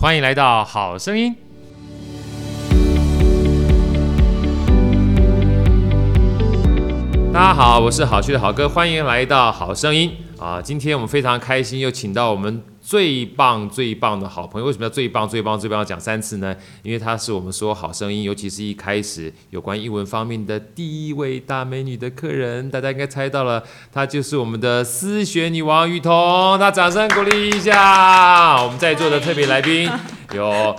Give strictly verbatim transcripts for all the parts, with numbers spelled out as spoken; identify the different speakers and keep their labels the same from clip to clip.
Speaker 1: 欢迎来到好声音。大家好，我是好趣的好哥，欢迎来到好声音啊！今天我们非常开心，又请到我们最棒最棒的好朋友。为什么要最棒最棒最棒要讲三次呢？因为她是我们说好声音，尤其是一开始有关英文方面的第一位大美女的客人，大家应该猜到了，她就是我们的思学女王雨桐。她掌声鼓励一下。我们在座的特别来宾有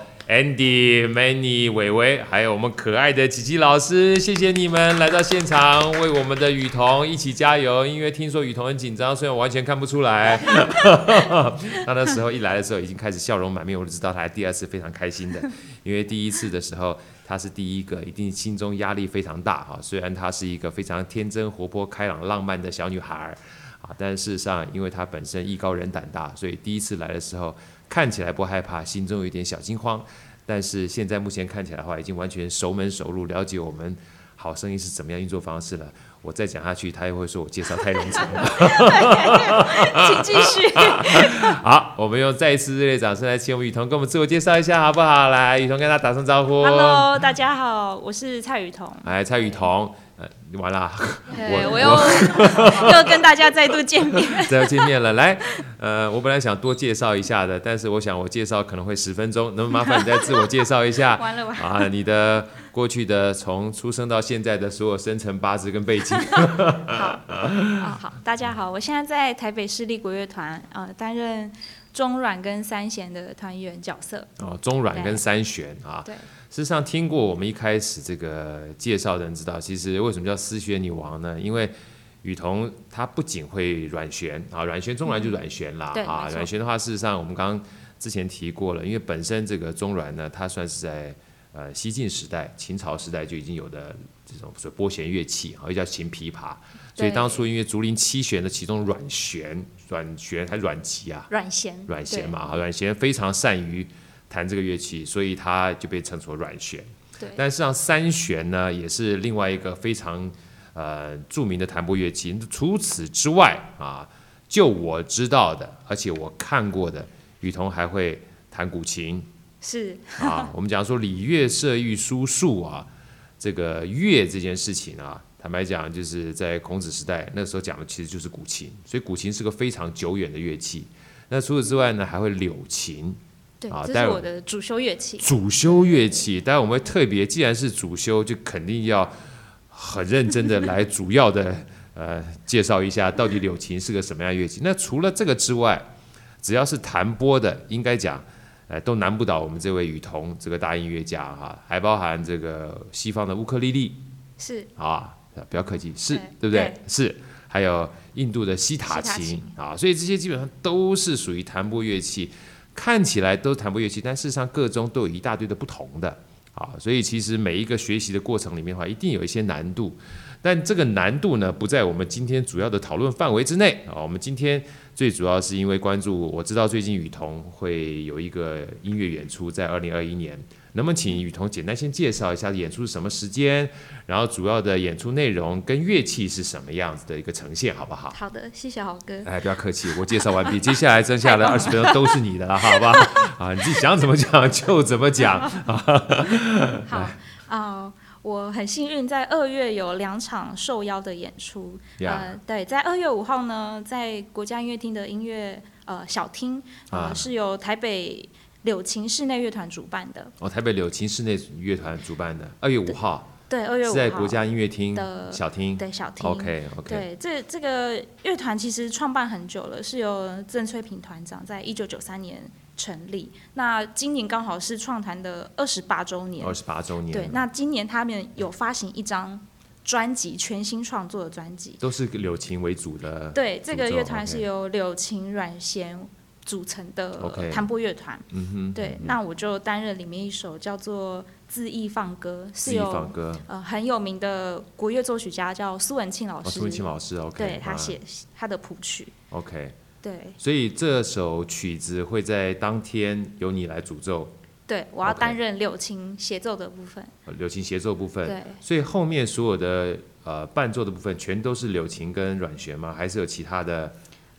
Speaker 1: Andy、Manny、伟伟，还有我们可爱的琪琪老师，谢谢你们来到现场，为我们的雨桐一起加油。因为听说雨桐很紧张，虽然我完全看不出来，他那时候一来的时候已经开始笑容满面，我就知道他第二次非常开心的。因为第一次的时候他是第一个，一定心中压力非常大哈。虽然她是一个非常天真、活泼、开朗、浪漫的小女孩啊，但事实上因为她本身艺高人胆大，所以第一次来的时候看起来不害怕，心中有点小惊慌。但是现在目前看起来的话，已经完全熟门熟路，了解我们好声音是怎么样运作方式了。我再讲下去，他又会说我介绍太冗长了。
Speaker 2: 请继续。
Speaker 1: 好，我们用再一次热烈掌声来请我们雨桐跟我们自我介绍一下，好不好？来，雨桐跟大家打声招呼。
Speaker 2: Hello， 大家好，我是蔡雨桐。
Speaker 1: 来，蔡雨桐。呃，完了，
Speaker 2: 我我又又跟大家再度见面，
Speaker 1: 再度见面了。来，呃，我本来想多介绍一下的，但是我想我介绍可能会十分钟，能麻烦你再自我介绍一下？
Speaker 2: 完了完了
Speaker 1: 啊，你的过去的从出生到现在的所有生辰八字跟背景。
Speaker 2: 好，哦好，大家好，我现在在台北市立国乐团，呃，担任中阮跟三弦的团员角色。
Speaker 1: 哦，中阮跟三弦啊。
Speaker 2: 对。
Speaker 1: 事实上，听过我们一开始这个介绍的人知道，其实为什么叫思学女王呢？因为雨桐她不仅会阮弦啊，阮弦中阮就阮弦啦、嗯、啊，阮弦的话，事实上我们刚刚之前提过了，因为本身这个中阮呢，它算是在呃西晋时代、秦朝时代就已经有的这种所拨弦乐器，又叫琴琵琶，所以当初因为竹林七弦的其中阮弦、阮弦还阮籍啊，
Speaker 2: 阮弦，
Speaker 1: 阮弦嘛，阮弦非常善于弹这个乐器，所以它就被称作阮弦。但事实上，三弦呢也是另外一个非常呃著名的弹拨乐器。除此之外啊，就我知道的，而且我看过的，雨桐还会弹古琴。
Speaker 2: 是
Speaker 1: 啊，我们讲说礼乐射御书数啊，这个乐这件事情啊，坦白讲，就是在孔子时代那时候讲的其实就是古琴，所以古琴是个非常久远的乐器。那除此之外呢，还会柳琴。
Speaker 2: 对，这是我的主修乐器。
Speaker 1: 主修乐器，当然我们会特别，既然是主修，就肯定要很认真的来主要的呃介绍一下，到底柳琴是个什么样的乐器。那除了这个之外，只要是弹拨的，应该讲，呃，都难不倒我们这位雨桐这个大音乐家哈，还包含这个西方的乌克丽丽，
Speaker 2: 是
Speaker 1: 啊，不要客气，是 对, 对不对？
Speaker 2: 对
Speaker 1: 是，还有印度的西塔琴, 西塔琴啊，所以这些基本上都是属于弹拨乐器。看起来都是弹拨乐器，但事实上各中都有一大堆的不同的啊，所以其实每一个学习的过程里面的话，一定有一些难度，但这个难度呢，不在我们今天主要的讨论范围之内啊。我们今天最主要是因为关注，我知道最近雨桐会有一个音乐演出，在二零二一年，能不能请雨桐简单先介绍一下演出是什么时间，然后主要的演出内容跟乐器是什么样子的一个呈现，好不好？
Speaker 2: 好的，谢谢豪哥。
Speaker 1: 哎，不要客气，我介绍完毕，接下来剩下的二十分钟都是你的了，好吧？啊，你自己想怎么讲就怎么讲。
Speaker 2: 好啊、呃，我很幸运在二月有两场受邀的演出。
Speaker 1: Yeah.
Speaker 2: 呃，对，在二月五号呢，在国家音乐厅的音乐呃小厅，呃、啊、是由台北柳琴室内乐团主办的。
Speaker 1: 哦，台北柳琴室内乐团主办的，二月五号。
Speaker 2: 对，二月五号
Speaker 1: 是在国家音乐厅的小厅。
Speaker 2: 对，小厅。
Speaker 1: OK OK。
Speaker 2: 对，这这个乐团其实创办很久了，是由郑翠萍团长在一九九三年成立。那今年刚好是创团的二十八周年。
Speaker 1: 二十八周年。
Speaker 2: 对，那今年他们有发行一张专辑，全新创作的专辑，
Speaker 1: 都是柳琴为主的。
Speaker 2: 对，这个乐团是由柳琴、阮弦组成的弹拨乐团。
Speaker 1: 嗯哼。
Speaker 2: 对，
Speaker 1: 嗯，
Speaker 2: 那我就担任里面一首叫做《恣意放歌》，是有呃很有名的国乐作曲家叫苏文庆老师。
Speaker 1: 哦，苏文庆老师 ，OK。
Speaker 2: 对，他写他的谱曲。
Speaker 1: OK。
Speaker 2: 对。
Speaker 1: 所以这首曲子会在当天由你来主奏。
Speaker 2: 对，我要担任柳琴协奏的部分。
Speaker 1: 柳琴协奏部分。
Speaker 2: 对。
Speaker 1: 所以后面所有的呃伴奏的部分全都是柳琴跟阮弦吗？还是有其他的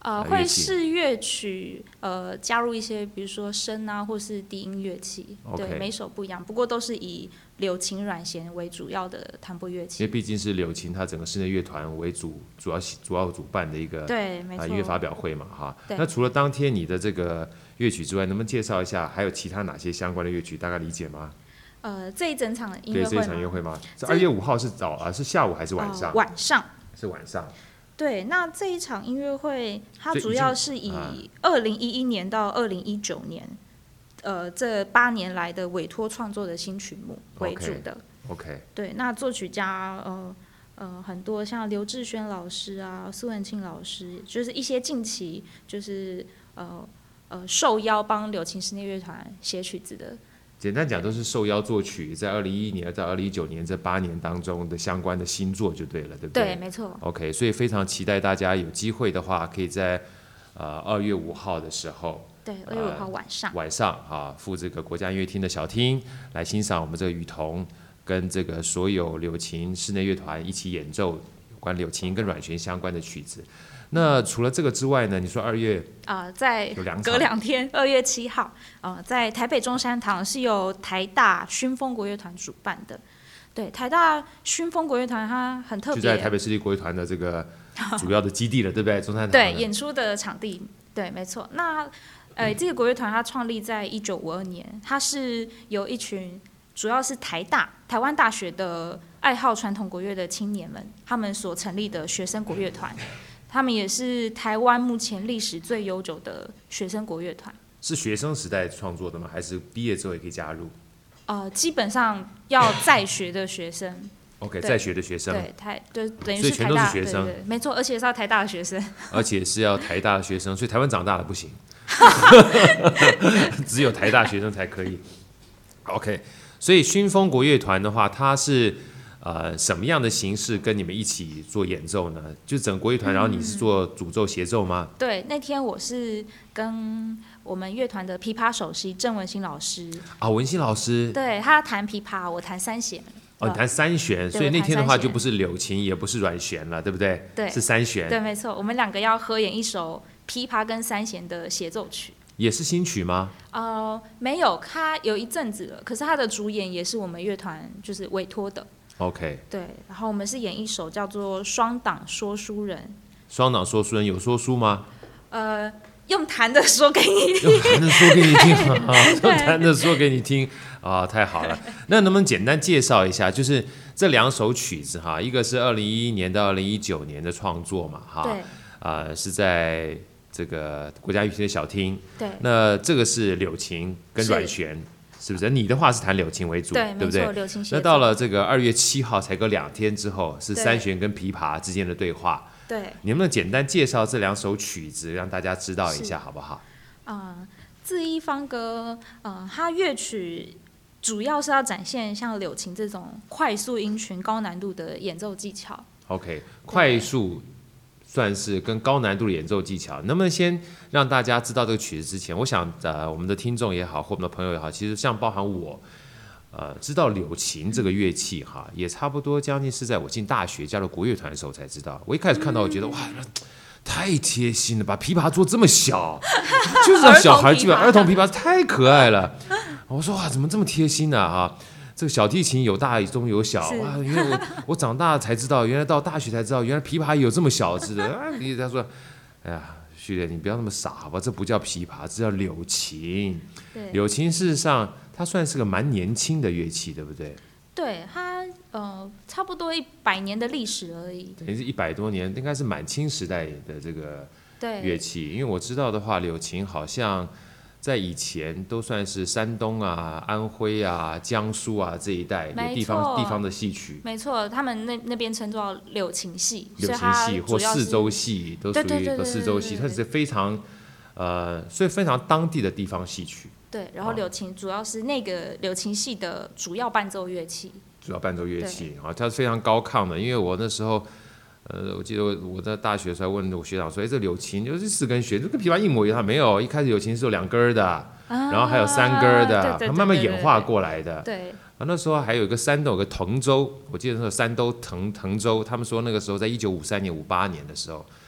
Speaker 2: 呃，会是乐曲，呃，加入一些比如说笙啊，或是低音乐器，
Speaker 1: okay.
Speaker 2: 对，每首不一样，不过都是以柳琴、软弦为主要的弹拨乐器。
Speaker 1: 因为毕竟是柳琴，它整个室内乐团为主，主要主要主办的一个
Speaker 2: 对，没错、
Speaker 1: 呃、音乐发表会嘛，哈。那除了当天你的这个乐曲之外，能不能介绍一下还有其他哪些相关的乐曲？大概理解吗？
Speaker 2: 呃，这一整场音乐会，
Speaker 1: 对，这一场音乐会吗？是二月五号是早啊，是下午还是晚上？
Speaker 2: 呃、晚上。
Speaker 1: 是晚上。
Speaker 2: 对，那这一场音乐会，它主要是以二零一一年到二零一九年，呃，这八年来的委托创作的新曲目为主的。
Speaker 1: OK。okay.
Speaker 2: 对，那作曲家呃呃很多像刘志轩老师啊、苏文庆老师，就是一些近期就是呃呃受邀帮柳琴室内乐团写曲子的。
Speaker 1: 简单讲，都是受邀作曲，在二零一一年到二零一九年这八年当中的相关的新作就对了，对不对？
Speaker 2: 对，没错。
Speaker 1: OK， 所以非常期待大家有机会的话，可以在呃二月五号的时候，
Speaker 2: 对，二月五号晚上，
Speaker 1: 呃、晚上啊，赴这个国家音乐厅的小厅来欣赏我们这个雨桐跟这个所有柳琴室内乐团一起演奏有关柳琴跟软弦相关的曲子。那除了这个之外呢？你说二月
Speaker 2: 啊、呃，在隔两天，二月七号，呃，在台北中山堂是由台大熏风国乐团主办的。对，台大熏风国乐团它很特别，
Speaker 1: 就在台北市立国乐团的这个主要的基地了，对不对？中山堂
Speaker 2: 对，演出的场地，对，没错。那呃，这个国乐团它创立在一九五二年，它是由一群主要是台大台湾大学的爱好传统国乐的青年们，他们所成立的学生国乐团。他们也是台湾目前历史最悠久的学生国乐团。
Speaker 1: 是学生时代创作的吗？还是毕业之后也可以加入？
Speaker 2: 呃，基本上要在学的学生。
Speaker 1: OK， 在学的学生。
Speaker 2: 对，台就等于
Speaker 1: 是台大，所以全都是学生。
Speaker 2: 对对对，没错，而且是要台大的学生。
Speaker 1: 而且是要台大的学生，所以台湾长大了不行，只有台大学生才可以。OK， 所以熏风国乐团的话，它是。呃，什么样的形式跟你们一起做演奏呢？就整个国乐团，然后你是做主奏协奏吗？
Speaker 2: 对，那天我是跟我们乐团的琵琶首席郑文新老师。
Speaker 1: 啊，文新老师。
Speaker 2: 对，他弹琵琶，我弹三弦。
Speaker 1: 哦，你弹三弦，所以那天的话就不是柳琴，也不是软弦了，对不对？
Speaker 2: 对，
Speaker 1: 是三弦。
Speaker 2: 对，没错，我们两个要合演一首琵琶跟三弦的协奏曲。
Speaker 1: 也是新曲吗？
Speaker 2: 呃，没有，他有一阵子了，可是他的主演也是我们乐团就是委托的。
Speaker 1: OK，
Speaker 2: 对，然后我们是演一首叫做《双档说书人》。
Speaker 1: 双档说书人有说书吗？
Speaker 2: 呃，用弹的说给你听。
Speaker 1: 用弹的说给你听啊，用弹的说给你听啊，太好了。那能不能简单介绍一下，就是这两首曲子哈，一个是二零一一年到二零一九年的创作嘛，哈，
Speaker 2: 对，
Speaker 1: 呃，是在这个国家音乐厅的小厅。
Speaker 2: 对，
Speaker 1: 那这个是柳琴跟软弦。是不是？你的话是弹柳琴为主， 对, 对不对？
Speaker 2: 柳琴协奏。
Speaker 1: 那到了这个二月七号，才隔两天之后，是三弦跟琵琶之间的对话。
Speaker 2: 对，
Speaker 1: 你能不能简单介绍这两首曲子，让大家知道一下，好不好？
Speaker 2: 啊、呃，自一方歌，呃，它乐曲主要是要展现像柳琴这种快速音群、高难度的演奏技巧。
Speaker 1: OK， 快速。算是跟高难度的演奏技巧，能不能先让大家知道这个曲子之前，我想呃我们的听众也好，或我们的朋友也好，其实像包含我，呃知道柳琴这个乐器哈，也差不多将近是在我进大学加入国乐团的时候才知道。我一开始看到，我觉得哇，太贴心了，把琵琶做这么小，就是让小孩基本儿童琵琶太可爱了。我说哇，怎么这么贴心呢？哈。这个小提琴有大中有小哇！因为我我长大才知道，原来到大学才知道，原来琵琶有这么小只的啊！你他说，哎呀，旭烈，你不要那么傻好吧？这不叫琵琶，这叫柳琴。柳琴事实上它算是个蛮年轻的乐器，对不对？
Speaker 2: 对，它呃差不多一百年的历史而已。
Speaker 1: 等于是一百多年，应该是满清时代的这个乐器。因为我知道的话，柳琴好像。在以前都算是山东啊、安徽啊、江苏啊这一带有地方地方的戏曲。
Speaker 2: 没错，他们那那边称作柳琴系，
Speaker 1: 柳琴系或四州戏都属于一个四州戏，它是非常呃，所以非常当地的地方戏曲。
Speaker 2: 对，然后柳琴主要是那个柳琴系的主要伴奏乐器。
Speaker 1: 主要伴奏乐器啊，它是非常高亢的，因为我那时候。呃，我记得我在大学的时候问我学长说：“哎，这柳琴就是四根弦，就跟琵琶一模一样。”没有，一开始柳琴是有两根的，啊、然后还有三根的，它慢慢演化过来的。
Speaker 2: 对。
Speaker 1: 啊，那时候还有一个山东有个滕州，我记得那个山东滕滕州，他们说那个时候在一九五三年、五八年的时候，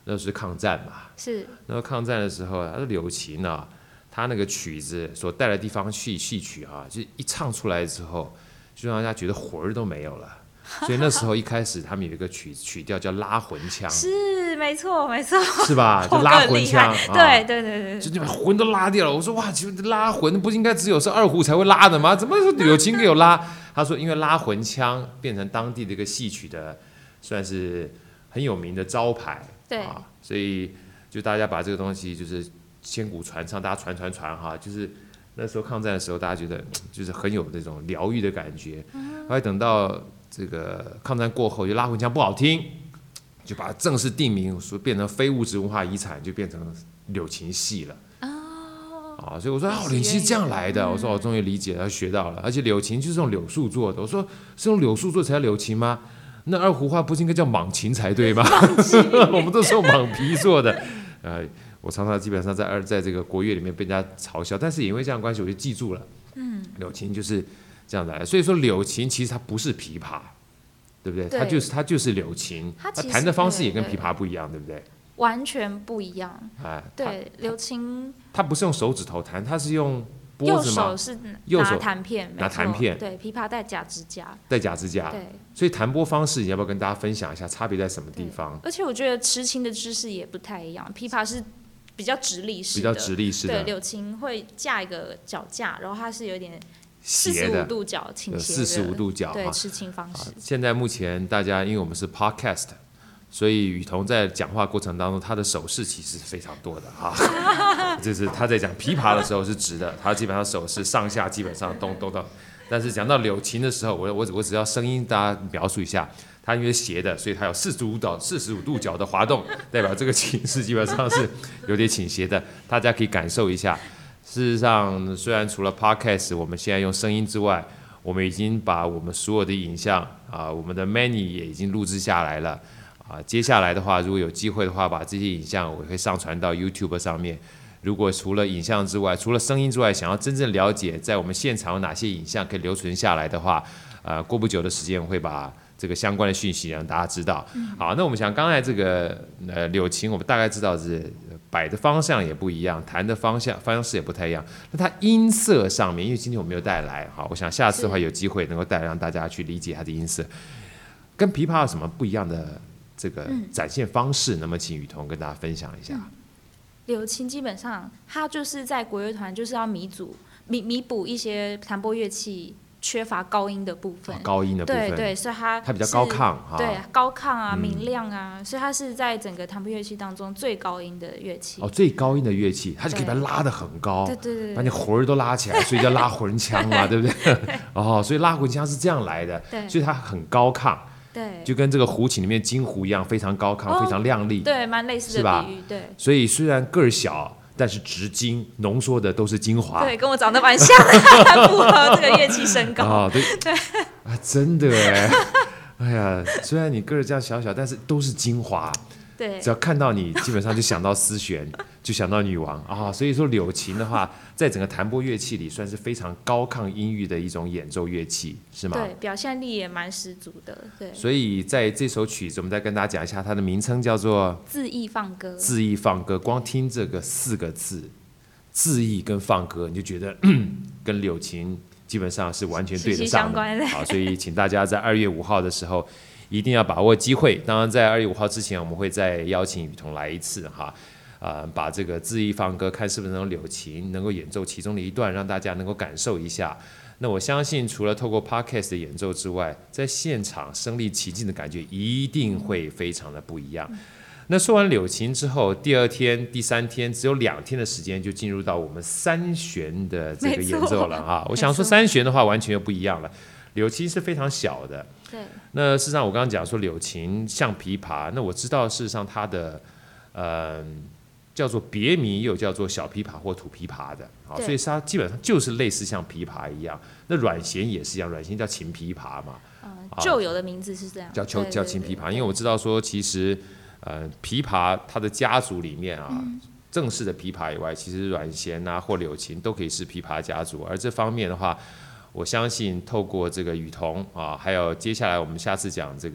Speaker 1: 那是抗战嘛，
Speaker 2: 是。
Speaker 1: 然后抗战的时候啊，柳琴啊，他那个曲子所带的地方戏戏曲啊，就一唱出来之后，就让大家觉得魂儿都没有了。所以那时候一开始他们有一个曲曲调叫拉魂腔，
Speaker 2: 是没错没错，
Speaker 1: 是吧？就拉魂腔，啊、
Speaker 2: 对对对对，
Speaker 1: 就你把魂都拉掉了。我说哇，其实拉魂不应该只有是二胡才会拉的吗？怎么柳琴给我拉？他说因为拉魂腔变成当地的一个戏曲的，算是很有名的招牌，
Speaker 2: 对
Speaker 1: 啊，所以就大家把这个东西就是千古传唱，大家传传传哈，就是那时候抗战的时候，大家觉得就是很有那种疗愈的感觉。后来等到这个抗战过后，就拉魂腔不好听，就把它正式定名，说变成非物质文化遗产，就变成柳琴戏了。啊，所以我说啊，柳琴是这样来的。嗯、我说我终于理解了，学到了。而且柳琴就是用柳树做的。我说是用柳树做才叫柳琴吗？那二胡话不是应该叫蟒琴才对吗？我们都是用蟒皮做的。呃，我常常基本上在二在这个国乐里面被人家嘲笑，但是也因为这样的关系，我就记住了。嗯，柳琴就是这样来的。所以说柳琴其实它不是琵琶，对不对？
Speaker 2: 对，
Speaker 1: 它就是它就是柳琴，它弹的方式也跟琵琶不一样，对不对？
Speaker 2: 完全不一样。
Speaker 1: 哎，
Speaker 2: 对，柳琴
Speaker 1: 它不是用手指头弹，它是用
Speaker 2: 右手是拿弹片，
Speaker 1: 拿弹片。
Speaker 2: 对，琵琶带假指甲，
Speaker 1: 带假指甲。
Speaker 2: 对，
Speaker 1: 所以弹拨方式，你要不要跟大家分享一下差别在什么地方？
Speaker 2: 而且我觉得持琴的姿势也不太一样，琵琶是比较直立式
Speaker 1: 的，比较直立式的。
Speaker 2: 对，柳琴会架一个脚架，然后它是有点四十五度角倾斜的，
Speaker 1: 四十五度角。
Speaker 2: 对，持琴方式。
Speaker 1: 现在目前大家因为我们是 podcast。所以雨桐在讲话过程当中，他的手势其实是非常多的哈，就是他在讲琵琶的时候是直的，他基本上手势上下基本上都都到。但是讲到柳琴的时候，我我我只要声音大家描述一下，它因为斜的，所以它有四十五度四十五度角的滑动，代表这个琴是基本上是有点倾斜的，大家可以感受一下。事实上，虽然除了 podcast 我们现在用声音之外，我们已经把我们所有的影像啊，我们的 many 也已经录制下来了。啊，接下来的话，如果有机会的话，把这些影像我会上传到 YouTube 上面。如果除了影像之外，除了声音之外，想要真正了解在我们现场有哪些影像可以留存下来的话，呃，过不久的时间我会把这个相关的讯息让大家知道。好，那我们想刚才这个呃柳琴，我们大概知道是摆的方向也不一样，弹的方向方式也不太一样。那它音色上面，因为今天我没有带来，好，我想下次的话有机会能够带来让大家去理解它的音色，跟琵琶有什么不一样的？这个展现方式，那么请雨桐跟大家分享一下。嗯、
Speaker 2: 柳琴基本上它就是在国乐团就是要弥补弥弥补一些弹拨乐器缺乏高音的部分，
Speaker 1: 哦、高音的部分，
Speaker 2: 对对，所以它
Speaker 1: 它比较高亢，
Speaker 2: 对高亢啊、
Speaker 1: 嗯、
Speaker 2: 明亮啊，所以它是在整个弹拨乐器当中最高音的乐器。
Speaker 1: 哦，最高音的乐器，它就可以把它拉得很高，
Speaker 2: 对对 对, 对，
Speaker 1: 把你魂儿都拉起来，所以叫拉魂腔嘛，对不对？对哦，所以拉魂腔是这样来的，所以它很高亢。
Speaker 2: 对，
Speaker 1: 就跟这个胡琴里面金胡一样，非常高亢，哦、非常亮丽，
Speaker 2: 对，蛮类似的比喻，对。
Speaker 1: 所以虽然个儿小，但是直精，浓缩的都是精华。
Speaker 2: 对，跟我长得蛮像的，很符合这个乐器身高。
Speaker 1: 哦，对，
Speaker 2: 对，
Speaker 1: 啊，真的哎，哎呀，虽然你个儿这样小小，但是都是精华。
Speaker 2: 对，
Speaker 1: 只要看到你，基本上就想到思璇，就想到女王啊。所以说柳琴的话，在整个弹拨乐器里，算是非常高亢音域的一种演奏乐器，是吗？
Speaker 2: 对，表现力也蛮十足的。对。
Speaker 1: 所以在这首曲子，我们再跟大家讲一下，它的名称叫做
Speaker 2: 《恣意放歌》。
Speaker 1: 恣意放歌，光听这个四个字，恣意跟放歌，你就觉得跟柳琴基本上是完全对得上的。好，所以请大家在二月五号的时候。一定要把握机会。当然，在二月五号之前，我们会再邀请雨桐来一次哈，呃，把这个恣意放歌，看是不是能够柳琴能够演奏其中的一段，让大家能够感受一下。那我相信，除了透过 podcast 的演奏之外，在现场身临其境的感觉一定会非常的不一样。那说完柳琴之后，第二天、第三天只有两天的时间，就进入到我们三弦的这个演奏了哈。我想说，三弦的话完全又不一样了。柳琴是非常小的，
Speaker 2: 对。
Speaker 1: 那事实上，我刚刚讲说柳琴像琵琶，那我知道事实上它的呃叫做别名，又叫做小琵琶或土琵琶的，啊，所以它基本上就是类似像琵琶一样。那软弦也是一样，软弦叫琴琵琶嘛，
Speaker 2: 嗯，旧有的名字是这样，
Speaker 1: 叫叫叫琴琵琶。因为我知道说，其实呃琵琶它的家族里面啊。嗯正式的琵琶以外，其实软弦啊或柳琴都可以是琵琶家族，而这方面的话，我相信透过这个雨桐啊，还有接下来我们下次讲这个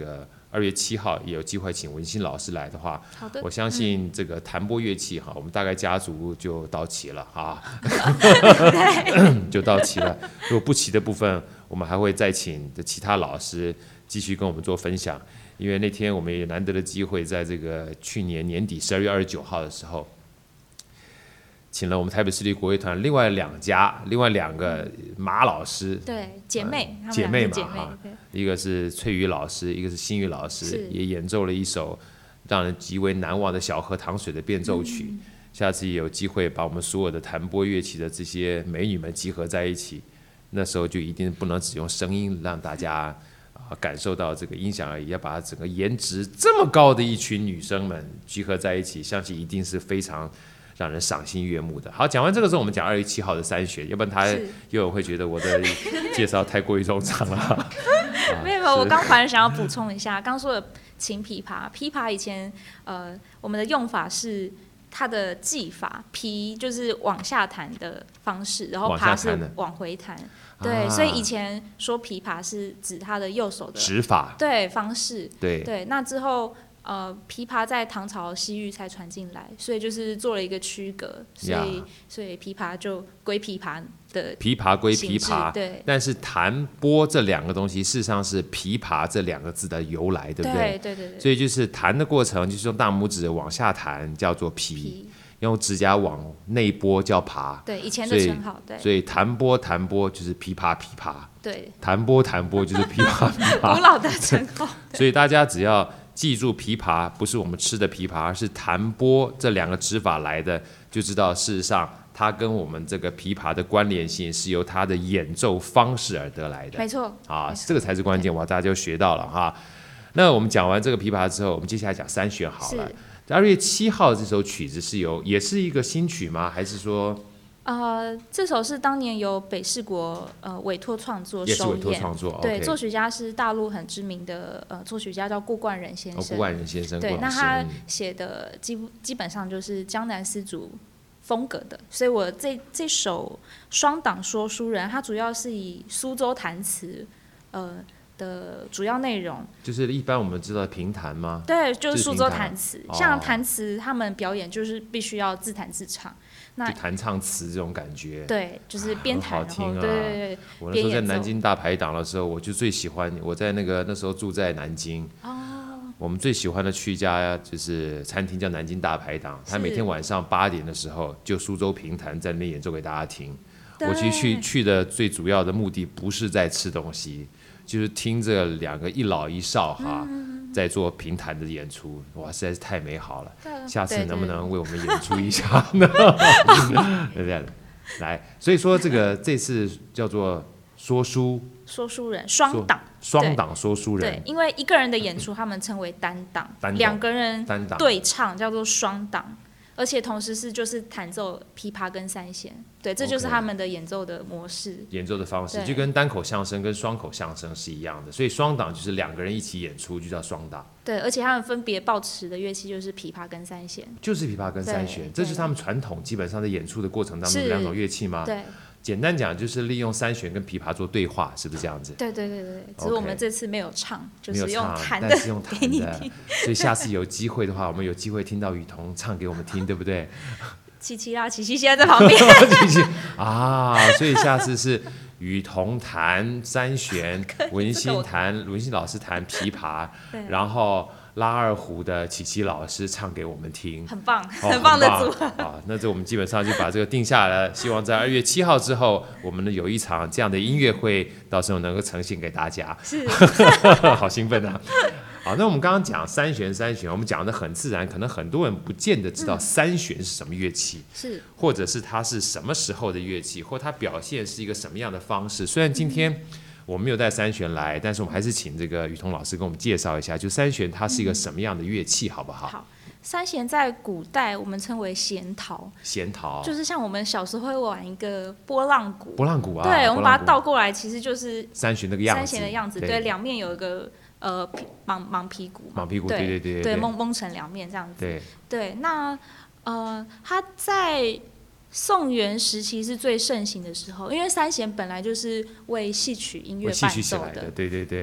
Speaker 1: 二月七号也有机会请文心老师来的话，
Speaker 2: 好的，
Speaker 1: 我相信这个弹拨乐器哈，我们大概家族就到齐了啊，就到齐了。如果不齐的部分，我们还会再请的其他老师继续跟我们做分享。因为那天我们也难得的机会，在这个去年年底十二月二十九号的时候，请了我们台北市立国乐团另外两家、另外两个马老师，
Speaker 2: 对姐妹，
Speaker 1: 呃、姐妹嘛
Speaker 2: 姐妹
Speaker 1: 哈，一个是翠瑜老师，一个是新宇老师，也演奏了一首让人极为难忘的小河淌水的变奏曲。嗯、下次也有机会把我们所有的弹拨乐器的这些美女们集合在一起，那时候就一定不能只用声音让大家。感受到这个音响而已，要把整个颜值这么高的一群女生们集合在一起，相信一定是非常让人赏心悦目的。好，讲完这个之后，我们讲二月七号的三弦，要不然他又有会觉得我的介绍太过于冗长了。啊、
Speaker 2: 没有，我刚反而想要补充一下，刚说的琴琵琶，琵琶以前呃我们的用法是它的技法，琵就是往下弹的方式，然后琶是往回弹。对，所以以前说琵琶是指他的右手的
Speaker 1: 指法，
Speaker 2: 对方式，
Speaker 1: 对
Speaker 2: 对。那之后，呃，琵琶在唐朝西域才传进来，所以就是做了一个区隔，所以所以琵琶就归琵琶的
Speaker 1: 琵琶归琵琶，
Speaker 2: 对。
Speaker 1: 但是弹拨这两个东西，事实上是琵琶这两个字的由来，对不对？
Speaker 2: 对对对对。
Speaker 1: 所以就是弹的过程，就是用大拇指往下弹，叫做琵。用指甲往内拨叫琶，
Speaker 2: 对，以前的称号，对，
Speaker 1: 所以弹拨弹拨就是琵琶琵琶，
Speaker 2: 对，
Speaker 1: 弹拨弹拨就是琵琶琵琶，
Speaker 2: 古老的称号。
Speaker 1: 所以大家只要记住琵琶不是我们吃的琵琶，而是弹拨这两个指法来的，就知道事实上它跟我们这个琵琶的关联性是由它的演奏方式而得来的。
Speaker 2: 没错，
Speaker 1: 啊，这个才是关键，哇，大家就学到了哈。那我们讲完这个琵琶之后，我们接下来讲三弦好了。二月七号这首曲子是由也是一个新曲吗？还是说？
Speaker 2: 呃，这首是当年由北市国呃委托创作，
Speaker 1: 也是委托创作。
Speaker 2: 对，
Speaker 1: okay.
Speaker 2: 作曲家是大陆很知名的呃作曲家，叫顾冠人先生。
Speaker 1: 哦，顾冠人先生。
Speaker 2: 对，那他写的基基本上就是江南丝竹风格的，所以我这这首双档说书人，它主要是以苏州弹词，呃。的主要内容
Speaker 1: 就是一般我们知道评弹吗？
Speaker 2: 对，就是苏州弹词。
Speaker 1: 哦、
Speaker 2: 像弹词，他们表演就是必须要自弹自唱，那
Speaker 1: 就弹唱词这种感觉。
Speaker 2: 对，就是边弹然后、啊、对对对。
Speaker 1: 我那时候在南京大排档的时候，我就最喜欢我在那个那时候住在南京。哦。我们最喜欢的去一家就是餐厅叫南京大排档，他每天晚上八点的时候就苏州评弹在那边演奏给大家听。我其实去去的最主要的目的不是在吃东西。就是听这两个一老一少哈，嗯、在做评弹的演出，哇，实在是太美好了。下次能不能为我们演出一下呢？对对？来，所以说这个这次叫做说书
Speaker 2: 说书人双档
Speaker 1: 双档说书人，
Speaker 2: 对，因为一个人的演出他们称为单档，两个人对唱叫做双档。而且同时是就是弹奏琵琶跟三弦，对，这就是他们的演奏的模式，
Speaker 1: okay, 演奏的方式就跟单口相声跟双口相声是一样的，所以双档就是两个人一起演出就叫双档。
Speaker 2: 对，而且他们分别抱持的乐器就是琵琶跟三弦，
Speaker 1: 就是琵琶跟三弦，这就是他们传统基本上在演出的过程当中的两种乐器吗？
Speaker 2: 对。
Speaker 1: 简单讲就是利用三弦跟琵琶做对话，是不是这样子？
Speaker 2: 对对对对，只是我们这次没有唱，
Speaker 1: okay,
Speaker 2: 就是用弹的，
Speaker 1: 但是用弹的，所以下次有机会的话，我们有机会听到雨桐唱给我们听，对不对？
Speaker 2: 琪琪啦，琪琪现在在旁边。
Speaker 1: 琪琪啊，所以下次是雨桐弹三弦，文心弹，文心老师弹琵琶，然后。拉二胡的琪琪老师唱给我们听，
Speaker 2: 很棒，
Speaker 1: 哦、
Speaker 2: 很棒的组合
Speaker 1: 啊！那这我们基本上就把这个定下来了，希望在二月七号之后，我们呢有一场这样的音乐会，到时候能够呈现给大家。
Speaker 2: 是，
Speaker 1: 好兴奋啊！好，那我们刚刚讲三弦，三弦，我们讲的很自然，可能很多人不见得知道三弦是什么乐器，嗯、
Speaker 2: 是，
Speaker 1: 或者是它是什么时候的乐器，或它表现是一个什么样的方式。虽然今天。嗯我们没有带三弦来，但是我们还是请这个雨桐老师跟我们介绍一下，就三弦它是一个什么样的乐器，好不好？
Speaker 2: 好，三弦在古代我们称为弦陶，
Speaker 1: 弦陶
Speaker 2: 就是像我们小时候会玩一个波浪鼓，
Speaker 1: 波浪鼓啊，
Speaker 2: 对，我们把它倒过来，其实就是
Speaker 1: 三弦那个样子，
Speaker 2: 三弦的样子，对，两面有一个呃芒芒皮鼓，
Speaker 1: 芒皮鼓，对对对
Speaker 2: 对，蒙蒙成两面这样子，
Speaker 1: 对
Speaker 2: 对，那呃它在宋元时期是最盛行的时候，因为三弦本来就是为戏曲音乐伴奏的，
Speaker 1: 对对对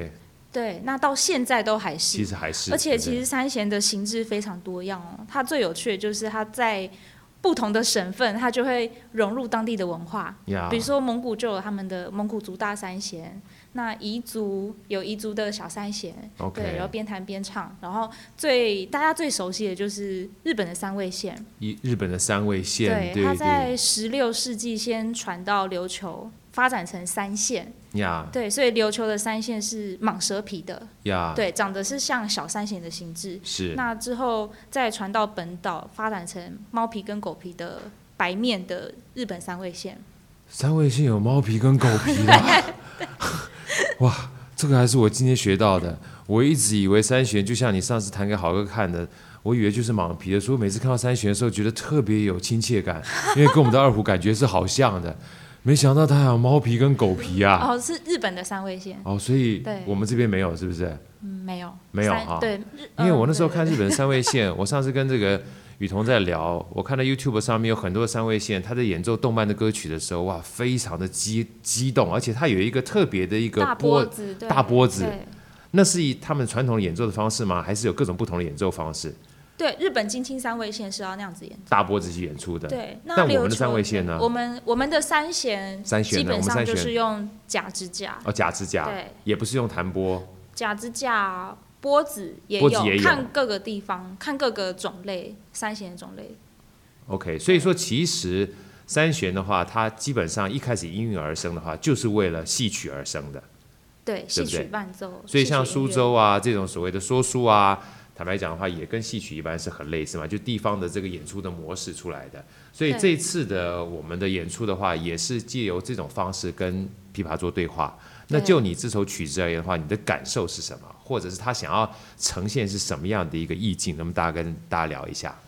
Speaker 2: 对，那到现在都还是，
Speaker 1: 其实还是，
Speaker 2: 而且其实三弦的形制非常多样哦。它最有趣的就是它在不同的省份，它就会融入当地的文化。
Speaker 1: Yeah.
Speaker 2: 比如说蒙古就有他们的蒙古族大三弦，那彝族有彝族的小三弦，
Speaker 1: okay.
Speaker 2: 对，然后边弹边唱。然后最大家最熟悉的就是日本的三味线。
Speaker 1: 日本的三味线，
Speaker 2: 对，它在十六世纪先传到琉球，发展成三线。
Speaker 1: Yeah.
Speaker 2: 对，所以琉球的三线是蟒蛇皮的。
Speaker 1: Yeah.
Speaker 2: 对，长得是像小三弦的形制。
Speaker 1: 是。
Speaker 2: 那之后再传到本岛，发展成猫皮跟狗皮的白面的日本三味线。
Speaker 1: 三味线有猫皮跟狗皮的。哇，这个还是我今天学到的。我一直以为三弦就像你上次弹给好哥看的，我以为就是蟒皮的，所以我每次看到三弦的时候，觉得特别有亲切感，因为跟我们的二胡感觉是好像的。没想到它还有猫皮跟狗皮啊！
Speaker 2: 哦，是日本的三味线。
Speaker 1: 哦，所以我们这边没有，是不是？
Speaker 2: 嗯，没有，
Speaker 1: 没有哈。
Speaker 2: 对，
Speaker 1: 因为我那时候看日本的三味线，我上次跟这个雨桐在聊，我看到 YouTube 上面有很多的三味线，他在演奏动漫的歌曲的时候，哇，非常的激激动，而且它有一个特别的一个
Speaker 2: 大拨子，
Speaker 1: 大拨子，那是以他们传统的演奏的方式吗？还是有各种不同的演奏方式？
Speaker 2: 对，日本金青三味线是要那样子演奏，
Speaker 1: 大拨子去演出的。
Speaker 2: 对，那
Speaker 1: 但我们的三味线呢？
Speaker 2: 我们我们的三弦，
Speaker 1: 三弦
Speaker 2: 基本上就是用假支架。
Speaker 1: 哦，假支架，
Speaker 2: 对，
Speaker 1: 也不是用弹拨。
Speaker 2: 假支架、拨子也
Speaker 1: 有，
Speaker 2: 也有看各个地方，看各个种类，三弦的种类。
Speaker 1: OK， 所以说其实三弦的话，它基本上一开始应运而生的话，就是为了戏曲而生的。
Speaker 2: 对，戏曲伴奏。
Speaker 1: 所以像苏州啊这种所谓的说书啊。坦白讲的话，也跟戏曲一般是很类似嘛，就地方的这个演出的模式出来的。所以这次的我们的演出的话，也是借由这种方式跟琵琶做对话。那就你这首曲子而言的话，你的感受是什么？或者是他想要呈现是什么样的一个意境？能不能大家跟大家聊一下？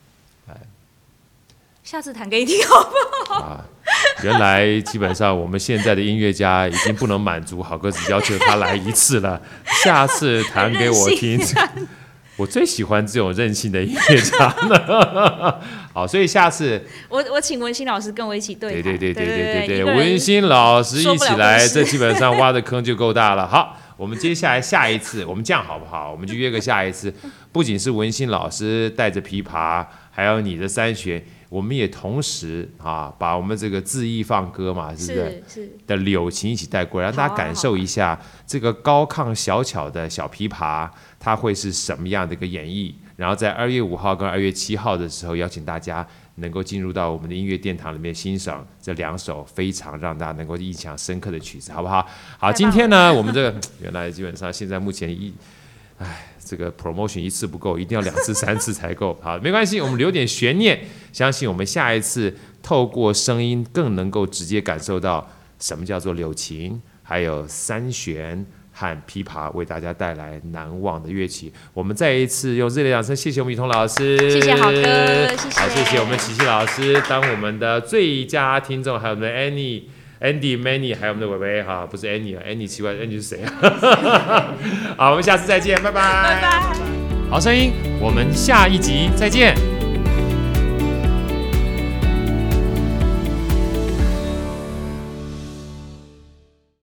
Speaker 2: 下次弹给你听好不好？
Speaker 1: 啊，原来基本上我们现在的音乐家已经不能满足好哥只要求他来一次了，下次弹给我听。我最喜欢这种任性的音乐家了。好，所以下次
Speaker 2: 我我请文心老师跟我一起对谈。
Speaker 1: 对对对对对对对，文心老师一起来，这基本上挖的坑就够大了。好，我们接下来下一次，我们这样好不好？我们就约个下一次，不仅是文心老师带着琵琶，还有你的三弦。我们也同时啊，把我们这个恣意放歌嘛，是不是？
Speaker 2: 是
Speaker 1: 的柳琴一起带过来，让大家感受一下这个高亢小巧的小琵琶，它会是什么样的一个演绎。然后在二月五号跟二月七号的时候，邀请大家能够进入到我们的音乐殿堂里面欣赏这两首非常让大家能够印象深刻的曲子，好不好？好，今天呢，我们这个原来基本上现在目前一，唉。这个 promotion 一次不够，一定要两次、三次才够。好，没关系，我们留点悬念，相信我们下一次透过声音更能够直接感受到什么叫做柳琴，还有三弦和琵琶，为大家带来难忘的乐器。我们再一次用热烈掌声，谢谢我们雨桐老师，
Speaker 2: 谢谢好哥，谢谢，
Speaker 1: 好，谢谢我们琪琪老师当我们的最佳听众，还有我们的 Annie。Andy、Manny 还有我们的伟伟哈，不是 Annie 啊 ，Annie 奇怪 ，Annie 是谁啊？好，我们下次再见，拜拜。
Speaker 2: 拜拜。
Speaker 1: 好声音，我们下一集再见。